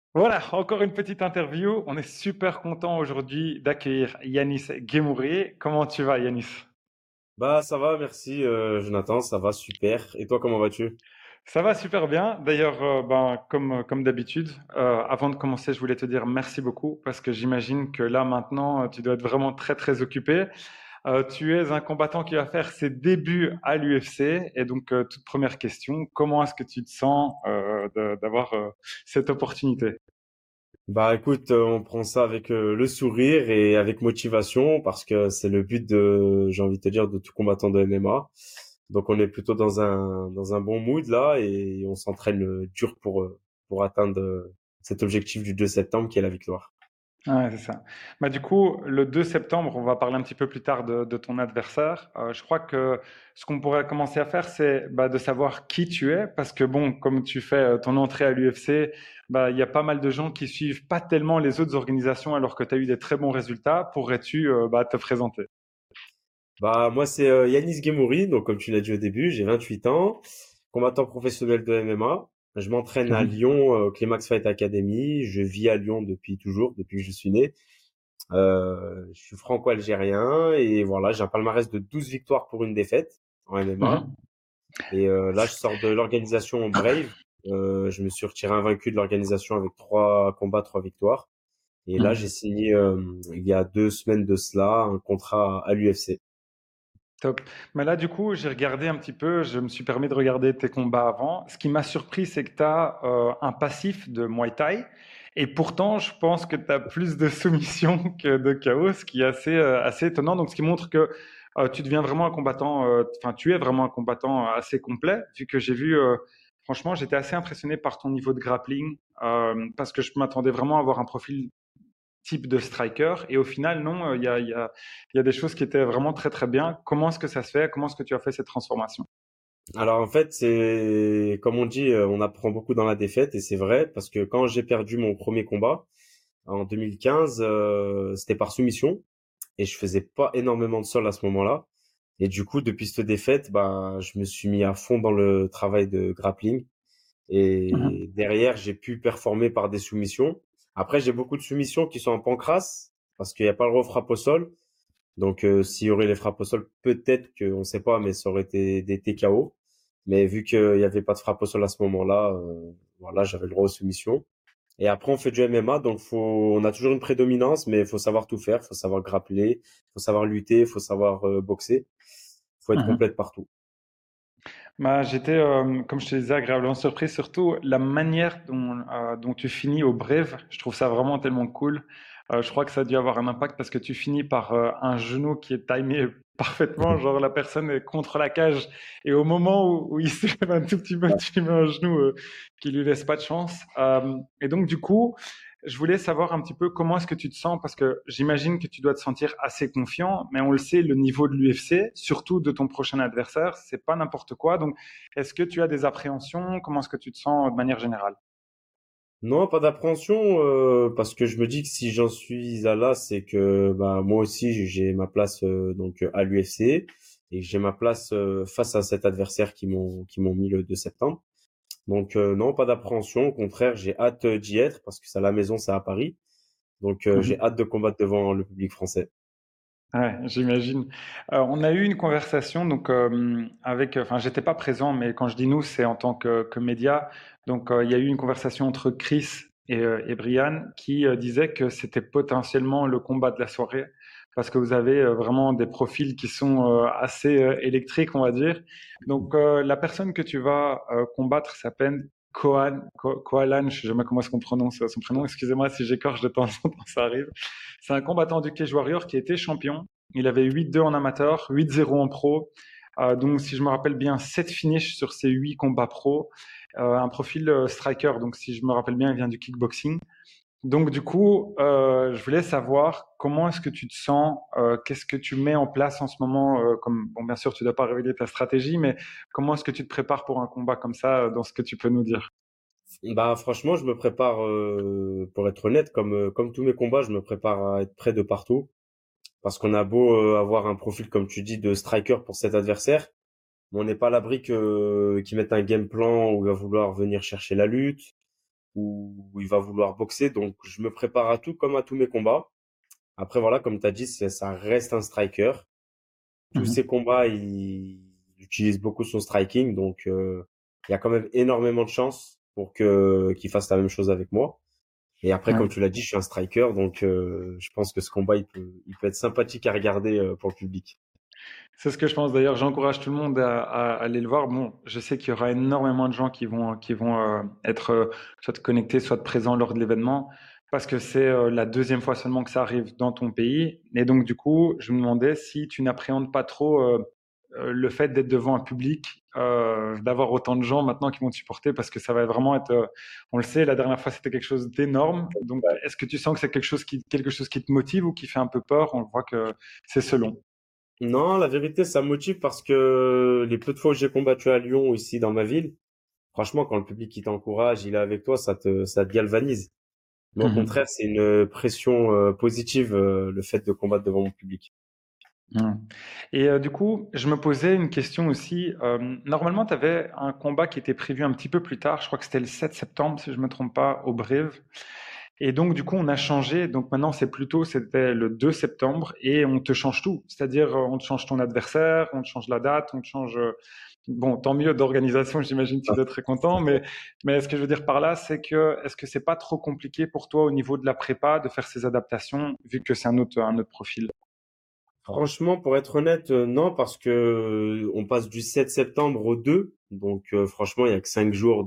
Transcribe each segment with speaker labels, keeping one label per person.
Speaker 1: Voilà, encore une petite interview. On est super content aujourd'hui d'accueillir Yanis Guémouri. Comment tu vas, Yanis?
Speaker 2: Bah ça va, merci Jonathan, ça va super. Et toi comment vas-tu?
Speaker 1: Ça va super bien. D'ailleurs, comme d'habitude, avant de commencer, je voulais te dire merci beaucoup parce que j'imagine que là maintenant, tu dois être vraiment très très occupé. Tu es un combattant qui va faire ses débuts à l'UFC et donc toute première question, comment est-ce que tu te sens d'avoir cette opportunité?
Speaker 2: Bah écoute, on prend ça avec le sourire et avec motivation parce que c'est le but j'ai envie de te dire, de tout combattant de MMA. Donc on est plutôt dans un bon mood là et on s'entraîne dur pour atteindre cet objectif du 2 septembre qui est la victoire.
Speaker 1: Ouais, c'est ça. Bah, du coup, le 2 septembre, on va parler un petit peu plus tard de ton adversaire. Je crois que ce qu'on pourrait commencer à faire, c'est de savoir qui tu es, parce que bon, comme tu fais ton entrée à l'UFC, il y a pas mal de gens qui suivent pas tellement les autres organisations alors que tu as eu des très bons résultats. Pourrais-tu te présenter?
Speaker 2: Bah moi c'est Yanis Guémouri, donc comme tu l'as dit au début, j'ai 28 ans, combattant professionnel de MMA. Je m'entraîne à
Speaker 1: Mhm.
Speaker 2: Lyon, au Climax Fight Academy. Je vis à Lyon depuis toujours, depuis que je suis né. Je suis franco-algérien et voilà, j'ai un palmarès de 12 victoires pour une défaite en MMA.
Speaker 1: Mhm.
Speaker 2: Et là, je sors de l'organisation Brave. Je me suis retiré invaincu de l'organisation avec 3 combats, 3 victoires. Et là, j'ai
Speaker 1: Mhm.
Speaker 2: signé il y a 2 semaines de cela un contrat à l'UFC.
Speaker 1: Top. Mais là, du coup, j'ai regardé un petit peu, je me suis permis de regarder tes combats avant. Ce qui m'a surpris, c'est que tu as un passif de Muay Thai. Et pourtant, je pense que tu as plus de soumissions que de KO, ce qui est assez étonnant. Donc, ce qui montre que tu deviens vraiment un combattant, enfin, tu es vraiment un combattant assez complet, vu que j'ai vu, franchement, j'étais assez impressionné par ton niveau de grappling, parce que je m'attendais vraiment à avoir un profil type de striker. Et au final, non, il y a des choses qui étaient vraiment très très bien. Comment est-ce que ça se fait? Comment est-ce que tu as fait cette transformation?
Speaker 2: Alors en fait, c'est comme on dit, on apprend beaucoup dans la défaite et c'est vrai parce que quand j'ai perdu mon premier combat en 2015, c'était par soumission et je faisais pas énormément de sol à ce moment-là. Et du coup, depuis cette défaite, bah, je me suis mis à fond dans le travail de grappling.
Speaker 1: Mhm.
Speaker 2: Et derrière, j'ai pu performer par des soumissions. Après, j'ai beaucoup de soumissions qui sont en pancrace parce qu'il n'y a pas le droit aux frappes au sol. Donc, s'il y aurait les frappes au sol, peut-être qu'on ne sait pas, mais ça aurait été des TKO. Mais vu qu'il n'y avait pas de frappe au sol à ce moment-là, voilà, j'avais le droit aux soumissions. Et après, on fait du MMA, donc on a toujours une prédominance, mais il faut savoir tout faire, il faut savoir grappler, il faut savoir lutter, il faut savoir boxer, il faut être
Speaker 1: Mhm.
Speaker 2: complète partout.
Speaker 1: J'étais, comme je te disais, agréablement surpris, surtout la manière dont tu finis au brève. Je trouve ça vraiment tellement cool. Je crois que ça a dû avoir un impact parce que tu finis par un genou qui est timé parfaitement. Genre, la personne est contre la cage et au moment où il se lève un tout petit peu, tu mets un genou qui lui laisse pas de chance. Et donc, du coup, je voulais savoir un petit peu comment est-ce que tu te sens parce que j'imagine que tu dois te sentir assez confiant, mais on le sait, le niveau de l'UFC, surtout de ton prochain adversaire, c'est pas n'importe quoi. Donc, est-ce que tu as des appréhensions? Comment est-ce que tu te sens de manière générale?
Speaker 2: Non, pas d'appréhension, parce que je me dis que si j'en suis à là, c'est que bah, moi aussi j'ai ma place donc à l'UFC et que j'ai ma place face à cet adversaire qui m'ont mis le 2 septembre. Donc non, pas d'appréhension, au contraire, j'ai hâte d'y être parce que c'est à la maison, c'est à Paris. Donc j'ai
Speaker 1: Mhm.
Speaker 2: hâte de combattre devant le public français.
Speaker 1: Ouais, j'imagine. On a eu une conversation donc avec, enfin, j'étais pas présent, mais quand je dis nous, c'est en tant que média. Donc, il y a eu une conversation entre Chris et Brian qui disait que c'était potentiellement le combat de la soirée parce que vous avez vraiment des profils qui sont assez électriques, on va dire. Donc, la personne que tu vas combattre s'appelle Koalan, je sais jamais comment est-ce qu'on prononce son prénom. Excusez-moi si j'écorche de temps en temps, ça arrive. C'est un combattant du Cage Warrior qui était champion. Il avait 8-2 en amateur, 8-0 en pro. Donc, si je me rappelle bien, 7 finishes sur ses 8 combats pro. Un profil striker, donc si je me rappelle bien, il vient du kickboxing. Donc, du coup, je voulais savoir comment est-ce que tu te sens, qu'est-ce que tu mets en place en ce moment, comme, bon, bien sûr, tu ne dois pas révéler ta stratégie, mais comment est-ce que tu te prépares pour un combat comme ça, dans ce que tu peux nous dire?
Speaker 2: Bah franchement, je me prépare pour être honnête, comme tous mes combats, je me prépare à être prêt de partout. Parce qu'on a beau avoir un profil, comme tu dis, de striker pour cet adversaire, mais on n'est pas à l'abri qu'ils mettent un game plan où il va vouloir venir chercher la lutte, où il va vouloir boxer. Donc, je me prépare à tout comme à tous mes combats. Après, voilà, comme tu as dit, ça reste un striker. Tous
Speaker 1: Mhm.
Speaker 2: ses combats, il utilise beaucoup son striking. Donc, il y a quand même énormément de chances pour qu'il fasse la même chose avec moi. Et après,
Speaker 1: Ouais.
Speaker 2: comme tu l'as dit, je suis un striker. Donc, je pense que ce combat, il peut être sympathique à regarder pour le public.
Speaker 1: C'est ce que je pense d'ailleurs. J'encourage tout le monde à aller le voir. Bon, je sais qu'il y aura énormément de gens qui vont être soit connectés, soit présents lors de l'événement, parce que c'est la deuxième fois seulement que ça arrive dans ton pays. Et donc, du coup, je me demandais si tu n'appréhendes pas trop le fait d'être devant un public, d'avoir autant de gens maintenant qui vont te supporter, parce que ça va vraiment être, on le sait, la dernière fois c'était quelque chose d'énorme. Donc, est-ce que tu sens que c'est quelque chose qui te motive ou qui fait un peu peur? On voit que c'est selon.
Speaker 2: Non, la vérité, ça me motive parce que les peu de fois où j'ai combattu à Lyon, ici dans ma ville, franchement, quand le public il t'encourage, il est avec toi, ça te galvanise. Mais au
Speaker 1: Mhm.
Speaker 2: contraire, c'est une pression positive, le fait de combattre devant mon public.
Speaker 1: Mm. Et du coup, je me posais une question aussi. Normalement, tu avais un combat qui était prévu un petit peu plus tard. Je crois que c'était le 7 septembre, si je me trompe pas, au Brive. Et donc, du coup, on a changé. Donc maintenant, c'était le 2 septembre et on te change tout. C'est-à-dire, on te change ton adversaire, on te change la date, on te change. Bon, tant mieux d'organisation, j'imagine que tu
Speaker 2: Ah,
Speaker 1: dois être très content. Mais ce que je veux dire par là, c'est que est-ce que c'est pas trop compliqué pour toi au niveau de la prépa de faire ces adaptations, vu que c'est un autre profil?
Speaker 2: franchement, pour être honnête, non, parce que on passe du 7 septembre au 2. Donc, franchement, il y a que 5 jours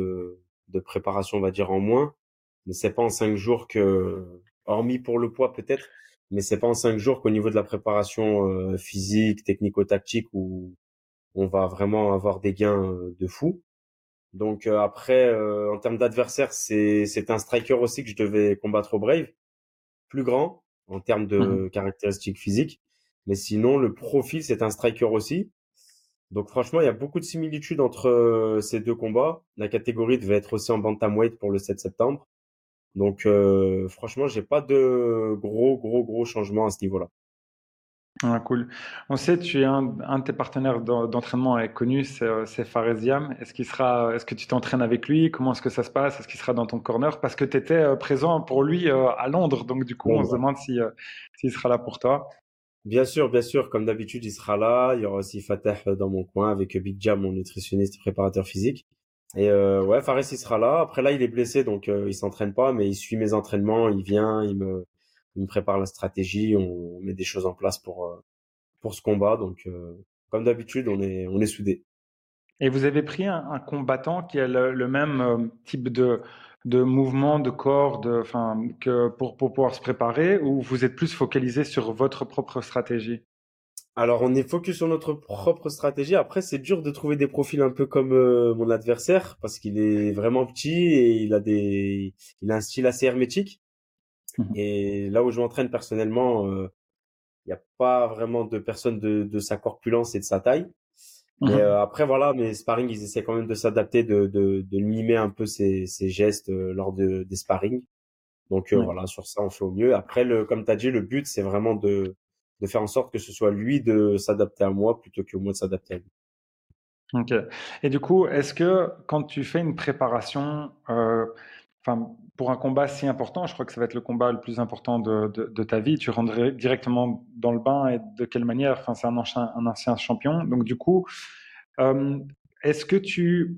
Speaker 2: de préparation, on va dire, en moins. Mais c'est pas en 5 jours hormis pour le poids peut-être, mais c'est pas en 5 jours qu'au niveau de la préparation physique, technico-tactique, où on va vraiment avoir des gains de fou. Donc après, en termes d'adversaire, c'est un striker aussi que je devais combattre au Brave, plus grand en termes
Speaker 1: Mhm.
Speaker 2: de caractéristiques physiques. Mais sinon, le profil, c'est un striker aussi. Donc franchement, il y a beaucoup de similitudes entre ces deux combats. La catégorie devait être aussi en bantamweight pour le 7 septembre. Donc franchement, j'ai pas de gros changements à ce niveau-là.
Speaker 1: Ah, cool. On sait, tu es un de tes partenaires d'entraînement est connu, c'est Fares Diam. Est-ce que tu t'entraînes avec lui? Comment est-ce que ça se passe? Est-ce qu'il sera dans ton corner? Parce que tu étais présent pour lui à Londres, donc du coup, on se
Speaker 2: Londres.
Speaker 1: demande si, s'il sera là pour toi.
Speaker 2: Bien sûr, comme d'habitude, il sera là. Il y aura aussi Fatah dans mon coin avec Big Jam, mon nutritionniste et préparateur physique. Et ouais, Fares, il sera là. Après là, il est blessé, donc il s'entraîne pas, mais il suit mes entraînements. Il vient, il me prépare la stratégie. On met des choses en place pour ce combat. Donc comme d'habitude, on est soudés.
Speaker 1: Et vous avez pris un combattant qui a le même type de mouvement, de corps, enfin, que pour pouvoir se préparer, ou vous êtes plus focalisé sur votre propre stratégie?
Speaker 2: Alors, on est focus sur notre propre stratégie. Après, c'est dur de trouver des profils un peu comme mon adversaire parce qu'il est vraiment petit et il a un style assez hermétique.
Speaker 1: Mhm.
Speaker 2: Et là où je m'entraîne personnellement, il n'y a pas vraiment de personnes de sa corpulence et de sa taille. Mais
Speaker 1: Mhm.
Speaker 2: après, voilà, mes sparring, ils essaient quand même de s'adapter, de mimer un peu ses gestes lors des sparring. Donc
Speaker 1: Ouais.
Speaker 2: voilà, sur ça, on fait au mieux. Après, comme tu as dit, le but, c'est vraiment de faire en sorte que ce soit lui de s'adapter à moi plutôt que moi de s'adapter à lui.
Speaker 1: Ok. Et du coup, est-ce que quand tu fais une préparation, enfin, pour un combat si important, je crois que ça va être le combat le plus important de ta vie, tu rentrais directement dans le bain et de quelle manière? Enfin, c'est un ancien champion. Donc, du coup, euh, est-ce que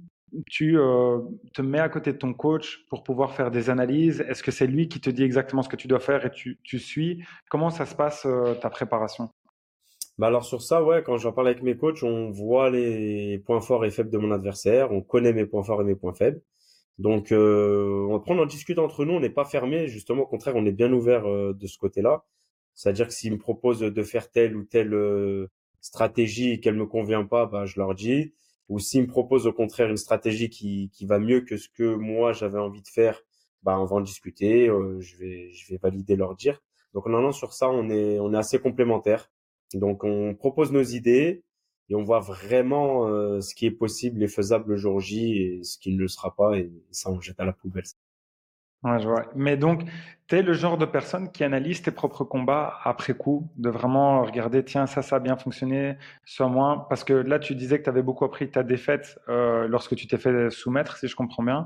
Speaker 1: tu te mets à côté de ton coach pour pouvoir faire des analyses? Est-ce que c'est lui qui te dit exactement ce que tu dois faire et tu suis? Comment ça se passe, ta préparation?
Speaker 2: Bah alors sur ça, ouais, quand j'en parle avec mes coachs, on voit les points forts et faibles de mon adversaire, on connaît mes points forts et mes points faibles. Donc on en discute entre nous, on n'est pas fermé, justement au contraire, on est bien ouvert de ce côté-là. C'est-à-dire que s'ils me proposent de faire telle ou telle stratégie et qu'elle me convient pas, bah je leur dis. Ou s'ils me proposent au contraire une stratégie qui va mieux que ce que moi j'avais envie de faire, bah on va en discuter, je vais valider leur dire. Donc non, non, sur ça, on est assez complémentaires. Donc on propose nos idées et on voit vraiment ce qui est possible et faisable le jour J et ce qui ne le sera pas et ça on jette à la poubelle.
Speaker 1: Ouais, je vois. Mais donc, tu es le genre de personne qui analyse tes propres combats après coup, de vraiment regarder, tiens, ça a bien fonctionné, soit moins. Parce que là, tu disais que tu avais beaucoup appris de ta défaite lorsque tu t'es fait soumettre, si je comprends bien.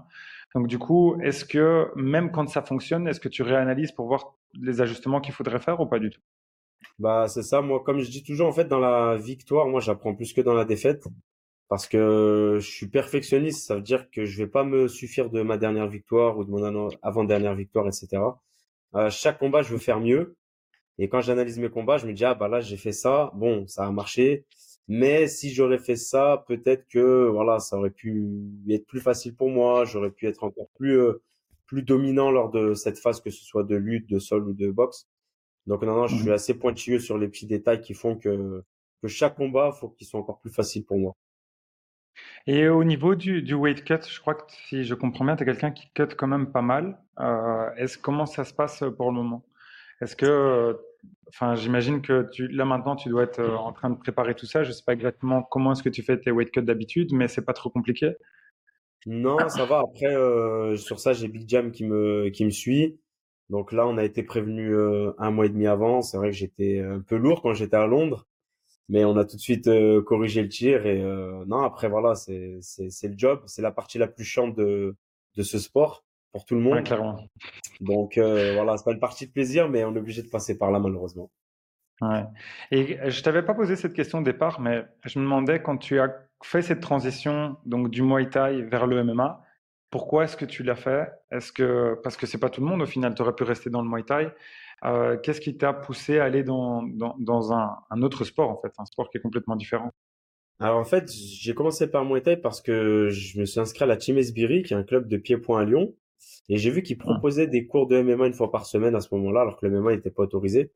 Speaker 1: Donc du coup, est-ce que même quand ça fonctionne, est-ce que tu réanalyses pour voir les ajustements qu'il faudrait faire ou pas du tout?
Speaker 2: Bah, c'est ça. Moi, comme je dis toujours, en fait, dans la victoire, moi, j'apprends plus que dans la défaite. Parce que je suis perfectionniste, ça veut dire que je vais pas me suffire de ma dernière victoire ou de mon avant-dernière victoire, etc. Chaque combat, je veux faire mieux. Et quand j'analyse mes combats, je me dis, ah bah là, j'ai fait ça, bon, ça a marché. Mais si j'aurais fait ça, peut-être que voilà, ça aurait pu être plus facile pour moi, j'aurais pu être encore plus dominant lors de cette phase, que ce soit de lutte, de sol ou de boxe. Donc non, non, je suis
Speaker 1: Mhm.
Speaker 2: assez pointilleux sur les petits détails qui font que chaque combat, faut qu'il soit encore plus facile pour moi.
Speaker 1: Et au niveau du weight cut, je crois que si je comprends bien, tu es quelqu'un qui cut quand même pas mal. Comment ça se passe pour le moment? Est-ce que, enfin, j'imagine que là maintenant, tu dois être en train de préparer tout ça. Je sais pas exactement comment est-ce que tu fais tes weight cuts d'habitude, mais c'est pas trop compliqué.
Speaker 2: Non, ça va. Après, sur ça, j'ai Big Jam qui me suit. Donc là, on a été prévenu un mois et demi avant. C'est vrai que j'étais un peu lourd quand j'étais à Londres, mais on a tout de suite corrigé le tir. Et non, après voilà, c'est le job, c'est la partie la plus chiante de ce sport pour tout le
Speaker 1: Ouais,
Speaker 2: monde.
Speaker 1: clairement.
Speaker 2: Donc voilà, c'est pas une partie de plaisir, mais on est obligé de passer par là malheureusement.
Speaker 1: Ouais. Et je t'avais pas posé cette question au départ, mais je me demandais quand tu as fait cette transition donc du Muay Thai vers le MMA, pourquoi est-ce que tu l'as fait? Est-ce que parce que c'est pas tout le monde au final, tu aurais pu rester dans le Muay Thai. Qu'est-ce qui t'a poussé à aller dans un autre sport en fait, un sport qui est complètement différent?
Speaker 2: Alors en fait, j'ai commencé par Muay Thai parce que je me suis inscrit à la Team Esbiri, qui est un club de pied-point à Lyon. Et j'ai vu qu'ils
Speaker 1: Hmm.
Speaker 2: proposaient des cours de MMA une fois par semaine à ce moment-là, alors que le MMA n'était pas autorisé.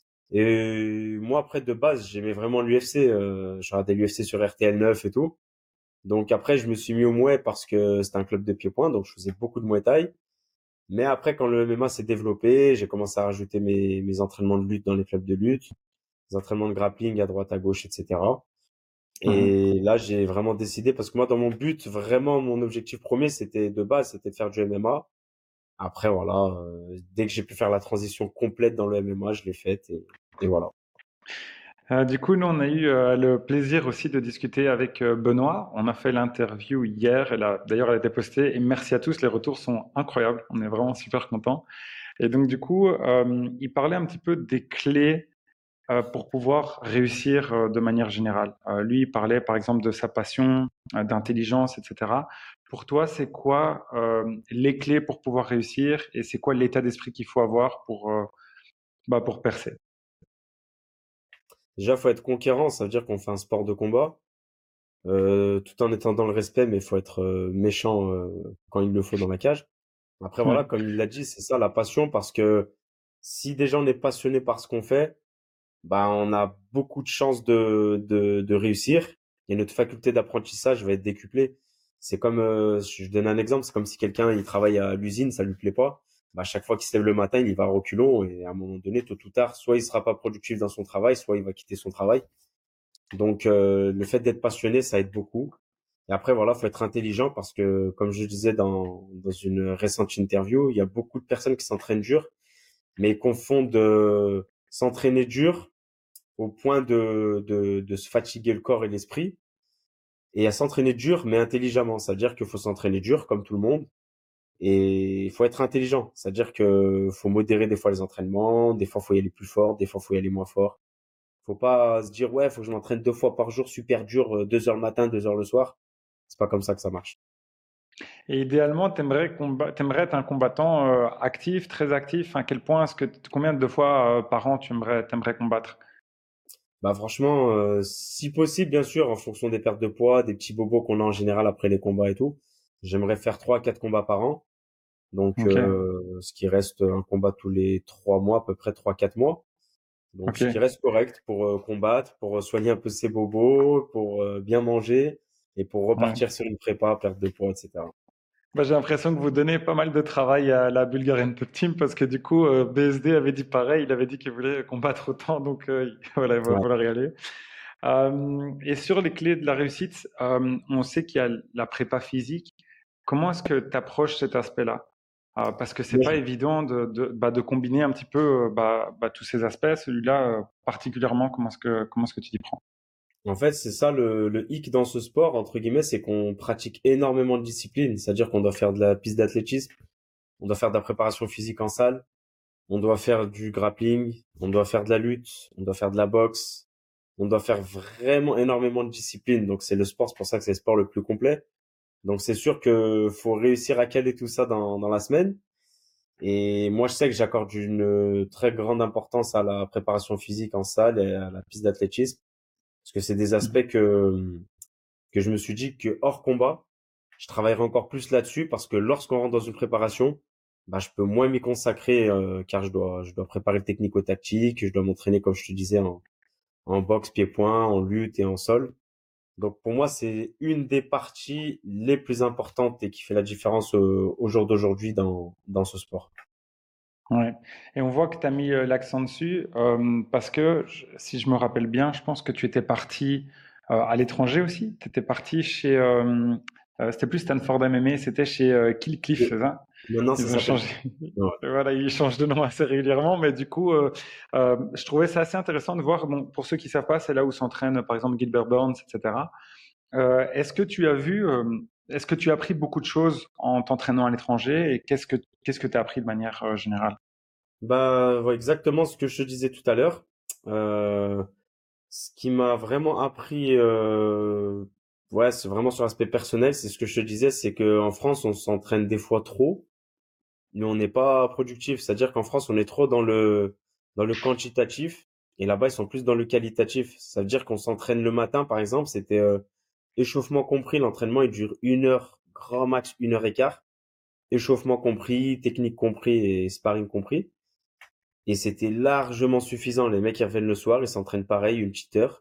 Speaker 2: Et moi, après, de base, j'aimais vraiment l'UFC. Je regardais l'UFC sur RTL 9 et tout. Donc après, je me suis mis au Muay parce que c'était un club de pied-point, donc je faisais beaucoup de Muay Thai. Mais après, quand le MMA s'est développé, j'ai commencé à rajouter mes entraînements de lutte dans les clubs de lutte, les entraînements de grappling à droite, à gauche, etc.
Speaker 1: Mhm.
Speaker 2: Et là, j'ai vraiment décidé, parce que moi, dans mon but, vraiment, mon objectif premier, c'était de base, c'était de faire du MMA. Après, voilà, dès que j'ai pu faire la transition complète dans le MMA, je l'ai faite et voilà.
Speaker 1: Du coup, nous, on a eu le plaisir aussi de discuter avec Benoît. On a fait l'interview hier. D'ailleurs, elle a été postée. Et merci à tous. Les retours sont incroyables. On est vraiment super contents. Et donc, du coup, il parlait un petit peu des clés pour pouvoir réussir de manière générale. Lui, il parlait par exemple de sa passion, d'intelligence, etc. Pour toi, c'est quoi les clés pour pouvoir réussir et c'est quoi l'état d'esprit qu'il faut avoir pour percer?
Speaker 2: Déjà, faut être conquérant, ça veut dire qu'on fait un sport de combat, tout en étant dans le respect, mais il faut être méchant quand il le faut dans la cage. Après,
Speaker 1: Ouais.
Speaker 2: voilà, comme il l'a dit, c'est ça la passion, parce que si déjà on est passionné par ce qu'on fait, bah, on a beaucoup de chances de réussir et notre faculté d'apprentissage va être décuplée. C'est comme, je donne un exemple, c'est comme si quelqu'un il travaille à l'usine, ça lui plaît pas. Bah, chaque fois qu'il se lève le matin, il y va à reculons et à un moment donné, tôt ou tard, soit il sera pas productif dans son travail, soit il va quitter son travail. Donc, le fait d'être passionné, ça aide beaucoup. Et après, voilà, faut être intelligent parce que, comme je disais dans une récente interview, il y a beaucoup de personnes qui s'entraînent dur, mais ils confondent s'entraîner dur au point de se fatiguer le corps et l'esprit, et à s'entraîner dur mais intelligemment. C'est-à-dire qu'il faut s'entraîner dur comme tout le monde, et il faut être intelligent. C'est-à-dire que faut modérer des fois les entraînements, des fois faut y aller plus fort, des fois faut y aller moins fort. Faut pas se dire ouais, faut que je m'entraîne 2 fois par jour super dur, 2 heures le matin, 2 heures le soir. C'est pas comme ça que ça marche.
Speaker 1: Et idéalement, t'aimerais être un combattant actif, très actif. À quel point combien de fois par an t'aimerais combattre?
Speaker 2: Bah franchement, si possible, bien sûr, en fonction des pertes de poids, des petits bobos qu'on a en général après les combats et tout, j'aimerais faire 3 4 combats par an. Donc,
Speaker 1: Ok,
Speaker 2: ce qui reste un combat tous les 3 mois, à peu près 3 4 mois. Donc,
Speaker 1: ok.
Speaker 2: ce qui reste correct pour combattre, pour soigner un peu ses bobos, pour bien manger et pour
Speaker 1: Ouais.
Speaker 2: repartir sur une prépa, perte de poids, etc.
Speaker 1: Bah, j'ai l'impression que vous donnez pas mal de travail à la Bulgarian Top Team parce que du coup, BSD avait dit pareil. Il avait dit qu'il voulait combattre autant, donc voilà, il va
Speaker 2: Ouais.
Speaker 1: falloir y aller. Et sur les clés de la réussite, on sait qu'il y a la prépa physique. Comment est-ce que tu approches cet aspect-là? Parce que c'est
Speaker 2: Moi,
Speaker 1: pas évident de combiner un petit peu tous ces aspects. Celui-là, particulièrement, comment est-ce que tu t'y prends?
Speaker 2: En fait, c'est ça le hic dans ce sport, entre guillemets, c'est qu'on pratique énormément de disciplines. C'est-à-dire qu'on doit faire de la piste d'athlétisme, on doit faire de la préparation physique en salle, on doit faire du grappling, on doit faire de la lutte, on doit faire de la boxe, on doit faire vraiment énormément de disciplines. Donc c'est le sport, c'est pour ça que c'est le sport le plus complet. Donc c'est sûr que faut réussir à caler tout ça dans la semaine. Et moi, je sais que j'accorde une très grande importance à la préparation physique en salle et à la piste d'athlétisme, parce que c'est des
Speaker 1: Mhm.
Speaker 2: aspects que je me suis dit que hors combat, je travaillerai encore plus là-dessus parce que lorsqu'on rentre dans une préparation, bah, je peux moins m'y consacrer car je dois préparer le technico-tactique, je dois m'entraîner comme je te disais en boxe pied-point, en lutte et en sol. Donc pour moi, c'est une des parties les plus importantes et qui fait la différence au jour d'aujourd'hui dans ce sport.
Speaker 1: Ouais. Et on voit que tu as mis l'accent dessus parce que, si je me rappelle bien, je pense que tu étais parti à l'étranger aussi. Tu étais parti chez, c'était plus Stanford MMA, c'était chez Kill Cliff,
Speaker 2: Et
Speaker 1: c'est ça?
Speaker 2: maintenant, ça
Speaker 1: Ils ont
Speaker 2: s'appelle.
Speaker 1: changé.
Speaker 2: Ouais.
Speaker 1: Voilà, ils changent de nom assez régulièrement, mais du coup, je trouvais ça assez intéressant de voir. Bon, pour ceux qui savent pas, c'est là où s'entraînent, par exemple, Gilbert Burns, etc. Est-ce que tu as vu, est-ce que tu as appris beaucoup de choses en t'entraînant à l'étranger et qu'est-ce que tu as appris de manière générale?
Speaker 2: Bah, ouais, exactement ce que je te disais tout à l'heure. Euh, Ce qui m'a vraiment appris, ouais, c'est vraiment sur l'aspect personnel, c'est ce que je te disais, c'est que en France, on s'entraîne des fois trop, mais on n'est pas productif. C'est-à-dire qu'en France, on est trop dans le quantitatif, et là-bas, ils sont plus dans le qualitatif. Ça veut dire qu'on s'entraîne le matin, par exemple, c'était échauffement compris, l'entraînement il dure 1 heure, grand max 1 heure et quart. Échauffement compris, technique compris et sparring compris. Et c'était largement suffisant. Les mecs, ils reviennent le soir, ils s'entraînent pareil, une petite heure.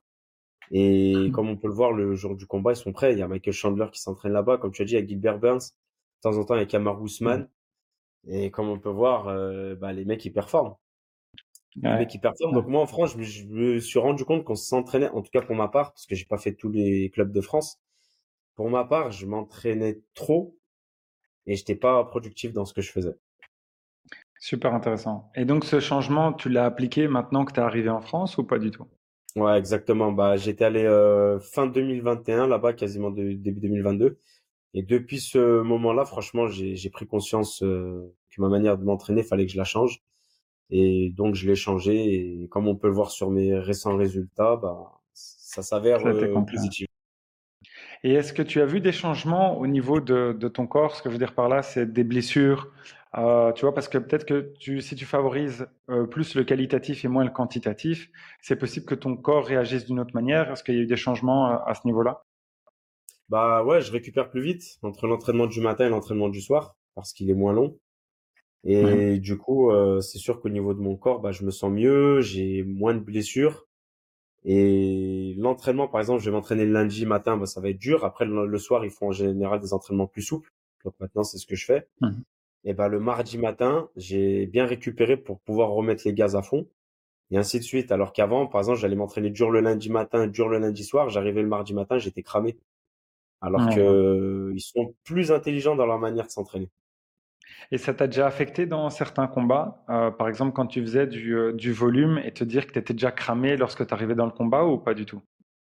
Speaker 2: Et comme on peut le voir, le jour du combat, ils sont prêts. Il y a Michael Chandler qui s'entraîne là-bas, comme tu as dit, avec Gilbert Burns. De temps en temps, avec Kamaru
Speaker 1: Mhm.
Speaker 2: Usman. Et comme on peut voir, bah, les mecs, ils performent. Les
Speaker 1: Ouais,
Speaker 2: mecs, ils performent.
Speaker 1: ouais.
Speaker 2: Donc moi, en France, je me suis rendu compte qu'on s'entraînait, en tout cas pour ma part, parce que j'ai pas fait tous les clubs de France. Pour ma part, je m'entraînais trop et j'étais pas productif dans ce que je faisais.
Speaker 1: Super intéressant. Et donc ce changement, tu l'as appliqué maintenant que tu es arrivé en France ou pas du tout?
Speaker 2: Ouais, exactement. Bah, j'étais allé fin 2021 là-bas, quasiment début 2022. Et depuis ce moment-là, franchement, j'ai pris conscience que ma manière de m'entraîner, fallait que je la change. Et donc, je l'ai changé. Et comme on peut le voir sur mes récents résultats, bah, ça s'avère
Speaker 1: Ça a été concret.
Speaker 2: positif.
Speaker 1: Et est-ce que tu as vu des changements au niveau de ton corps? Ce que je veux dire par là, c'est des blessures. Tu vois, parce que peut-être que si tu favorises plus le qualitatif et moins le quantitatif, c'est possible que ton corps réagisse d'une autre manière. Est-ce qu'il y a eu des changements à ce niveau-là?
Speaker 2: Bah ouais, je récupère plus vite entre l'entraînement du matin et l'entraînement du soir parce qu'il est moins long.
Speaker 1: Mhm.
Speaker 2: Et du coup, c'est sûr qu'au niveau de mon corps, bah, je me sens mieux, j'ai moins de blessures. Et l'entraînement, par exemple, je vais m'entraîner le lundi matin, bah, ça va être dur. Après, le soir, ils font en général des entraînements plus souples. Donc maintenant, c'est ce que je fais.
Speaker 1: Mhm.
Speaker 2: Et ben le mardi matin, j'ai bien récupéré pour pouvoir remettre les gaz à fond et ainsi de suite. Alors qu'avant, par exemple, j'allais m'entraîner dur le lundi matin, dur le lundi soir, j'arrivais le mardi matin, j'étais cramé. Alors
Speaker 1: Ouais, je vois.
Speaker 2: que ils sont plus intelligents dans leur manière de s'entraîner.
Speaker 1: Et ça t'a déjà affecté dans certains combats? Par exemple, quand tu faisais du volume et te dire que tu étais déjà cramé lorsque tu arrivais dans le combat ou pas du tout?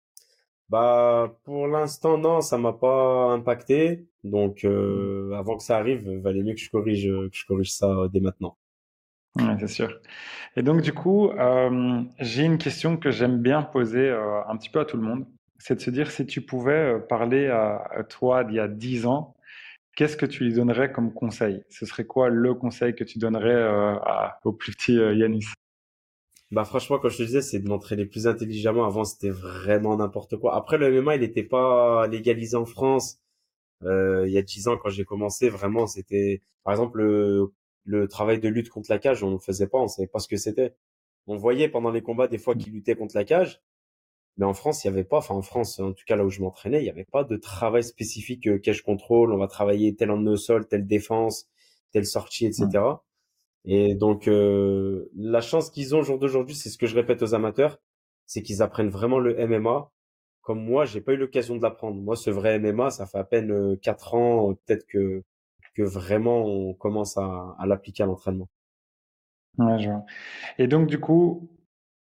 Speaker 2: Bah pour l'instant non, ça m'a pas impacté. Donc
Speaker 1: Mhm.
Speaker 2: avant que ça arrive, valait mieux que je corrige ça dès maintenant.
Speaker 1: Ouais, c'est sûr. Et donc, du coup, j'ai une question que j'aime bien poser un petit peu à tout le monde. C'est de se dire si tu pouvais parler à toi d'il y a 10 ans, qu'est-ce que tu lui donnerais comme conseil? Ce serait quoi le conseil que tu donnerais au plus petit Yanis?
Speaker 2: Bah franchement, comme je te disais, c'est de m'entraîner plus intelligemment. Avant, c'était vraiment n'importe quoi. Après, le MMA, il n'était pas légalisé en France. Il y a 10 ans, quand j'ai commencé, vraiment, c'était, par exemple, le travail de lutte contre la cage, on ne le faisait pas, on savait pas ce que c'était. On voyait pendant les combats des fois qu'ils luttaient contre la cage, mais en France, il y avait pas, enfin en France, en tout cas là où je m'entraînais, il y avait pas de travail spécifique cage contrôle. On va travailler tel en au sol, telle défense, telle sortie,
Speaker 1: Hmm.
Speaker 2: etc. Et donc, la chance qu'ils ont au jour d'aujourd'hui, c'est ce que je répète aux amateurs, c'est qu'ils apprennent vraiment le MMA. Comme moi, j'ai pas eu l'occasion de l'apprendre. Moi, ce vrai MMA, ça fait à peine 4 ans, peut-être que vraiment on commence à l'appliquer à l'entraînement.
Speaker 1: Ouais, je vois. Et donc, du coup,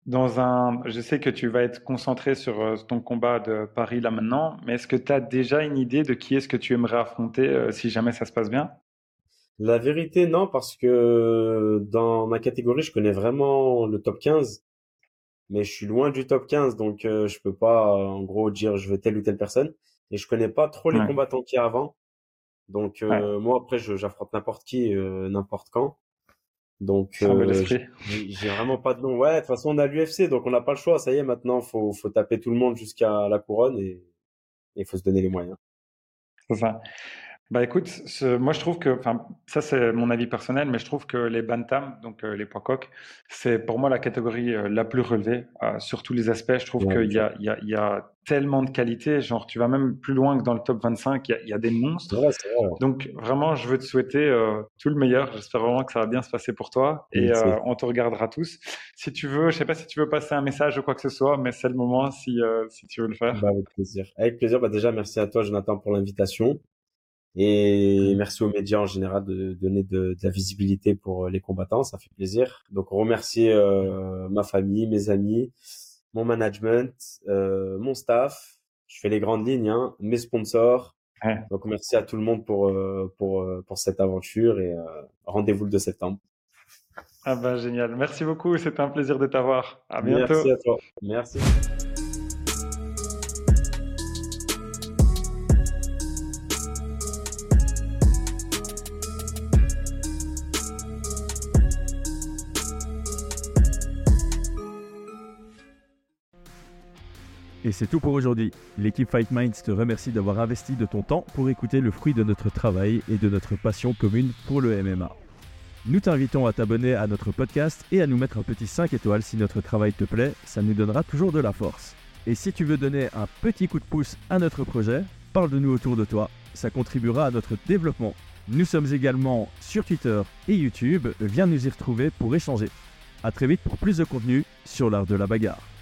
Speaker 1: Je sais que tu vas être concentré sur ton combat de Paris là maintenant, mais est-ce que tu as déjà une idée de qui est-ce que tu aimerais affronter si jamais ça se passe bien?
Speaker 2: La vérité, non, parce que dans ma catégorie, je connais vraiment le top 15, mais je suis loin du top 15, donc je peux pas, en gros, dire je veux telle ou telle personne. Et je connais pas trop les
Speaker 1: Ouais,
Speaker 2: combattants qu'il y a avant. Donc
Speaker 1: ouais,
Speaker 2: moi, après, j'affronte n'importe qui, n'importe quand. Donc
Speaker 1: c'est un bel esprit.
Speaker 2: j'ai vraiment pas de nom. Ouais, de toute façon, on a l'UFC, donc on n'a pas le choix. Ça y est, maintenant, faut taper tout le monde jusqu'à la couronne et il faut se donner les moyens.
Speaker 1: C'est ça. Bah écoute, moi je trouve que, enfin ça c'est mon avis personnel, mais je trouve que les bantam, donc les poids coqs, c'est pour moi la catégorie la plus relevée sur tous les aspects. Je trouve
Speaker 2: Ouais,
Speaker 1: qu'il y
Speaker 2: exact.
Speaker 1: a, il y a, il y a tellement de qualité, genre tu vas même plus loin que dans le top 25, il y a des monstres.
Speaker 2: Ouais, c'est vrai.
Speaker 1: Donc vraiment, je veux te souhaiter tout le meilleur. J'espère vraiment que ça va bien se passer pour toi et
Speaker 2: Merci.
Speaker 1: on te regardera tous. Si tu veux, je sais pas si tu veux passer un message ou quoi que ce soit, mais c'est le moment si tu veux le faire.
Speaker 2: Bah, avec plaisir. Avec plaisir. Bah, déjà, merci à toi, Jonathan, pour l'invitation. Et
Speaker 1: Mm.
Speaker 2: merci aux médias en général de donner de la visibilité pour les combattants. Ça fait plaisir. Donc, remercier ma famille, mes amis, mon management, mon staff. Je fais les grandes lignes, hein, mes sponsors.
Speaker 1: Ouais.
Speaker 2: Donc, merci à tout le monde pour cette aventure et rendez-vous le 2 septembre.
Speaker 1: Ah bah génial. Merci beaucoup. C'était un plaisir de t'avoir. À bientôt.
Speaker 2: Merci à toi. Merci.
Speaker 3: Et c'est tout pour aujourd'hui. L'équipe Fight Minds te remercie d'avoir investi de ton temps pour écouter le fruit de notre travail et de notre passion commune pour le MMA. Nous t'invitons à t'abonner à notre podcast et à nous mettre un petit 5 étoiles si notre travail te plaît, ça nous donnera toujours de la force. Et si tu veux donner un petit coup de pouce à notre projet, parle de nous autour de toi, ça contribuera à notre développement. Nous sommes également sur Twitter et YouTube, viens nous y retrouver pour échanger. A très vite pour plus de contenu sur l'art de la bagarre.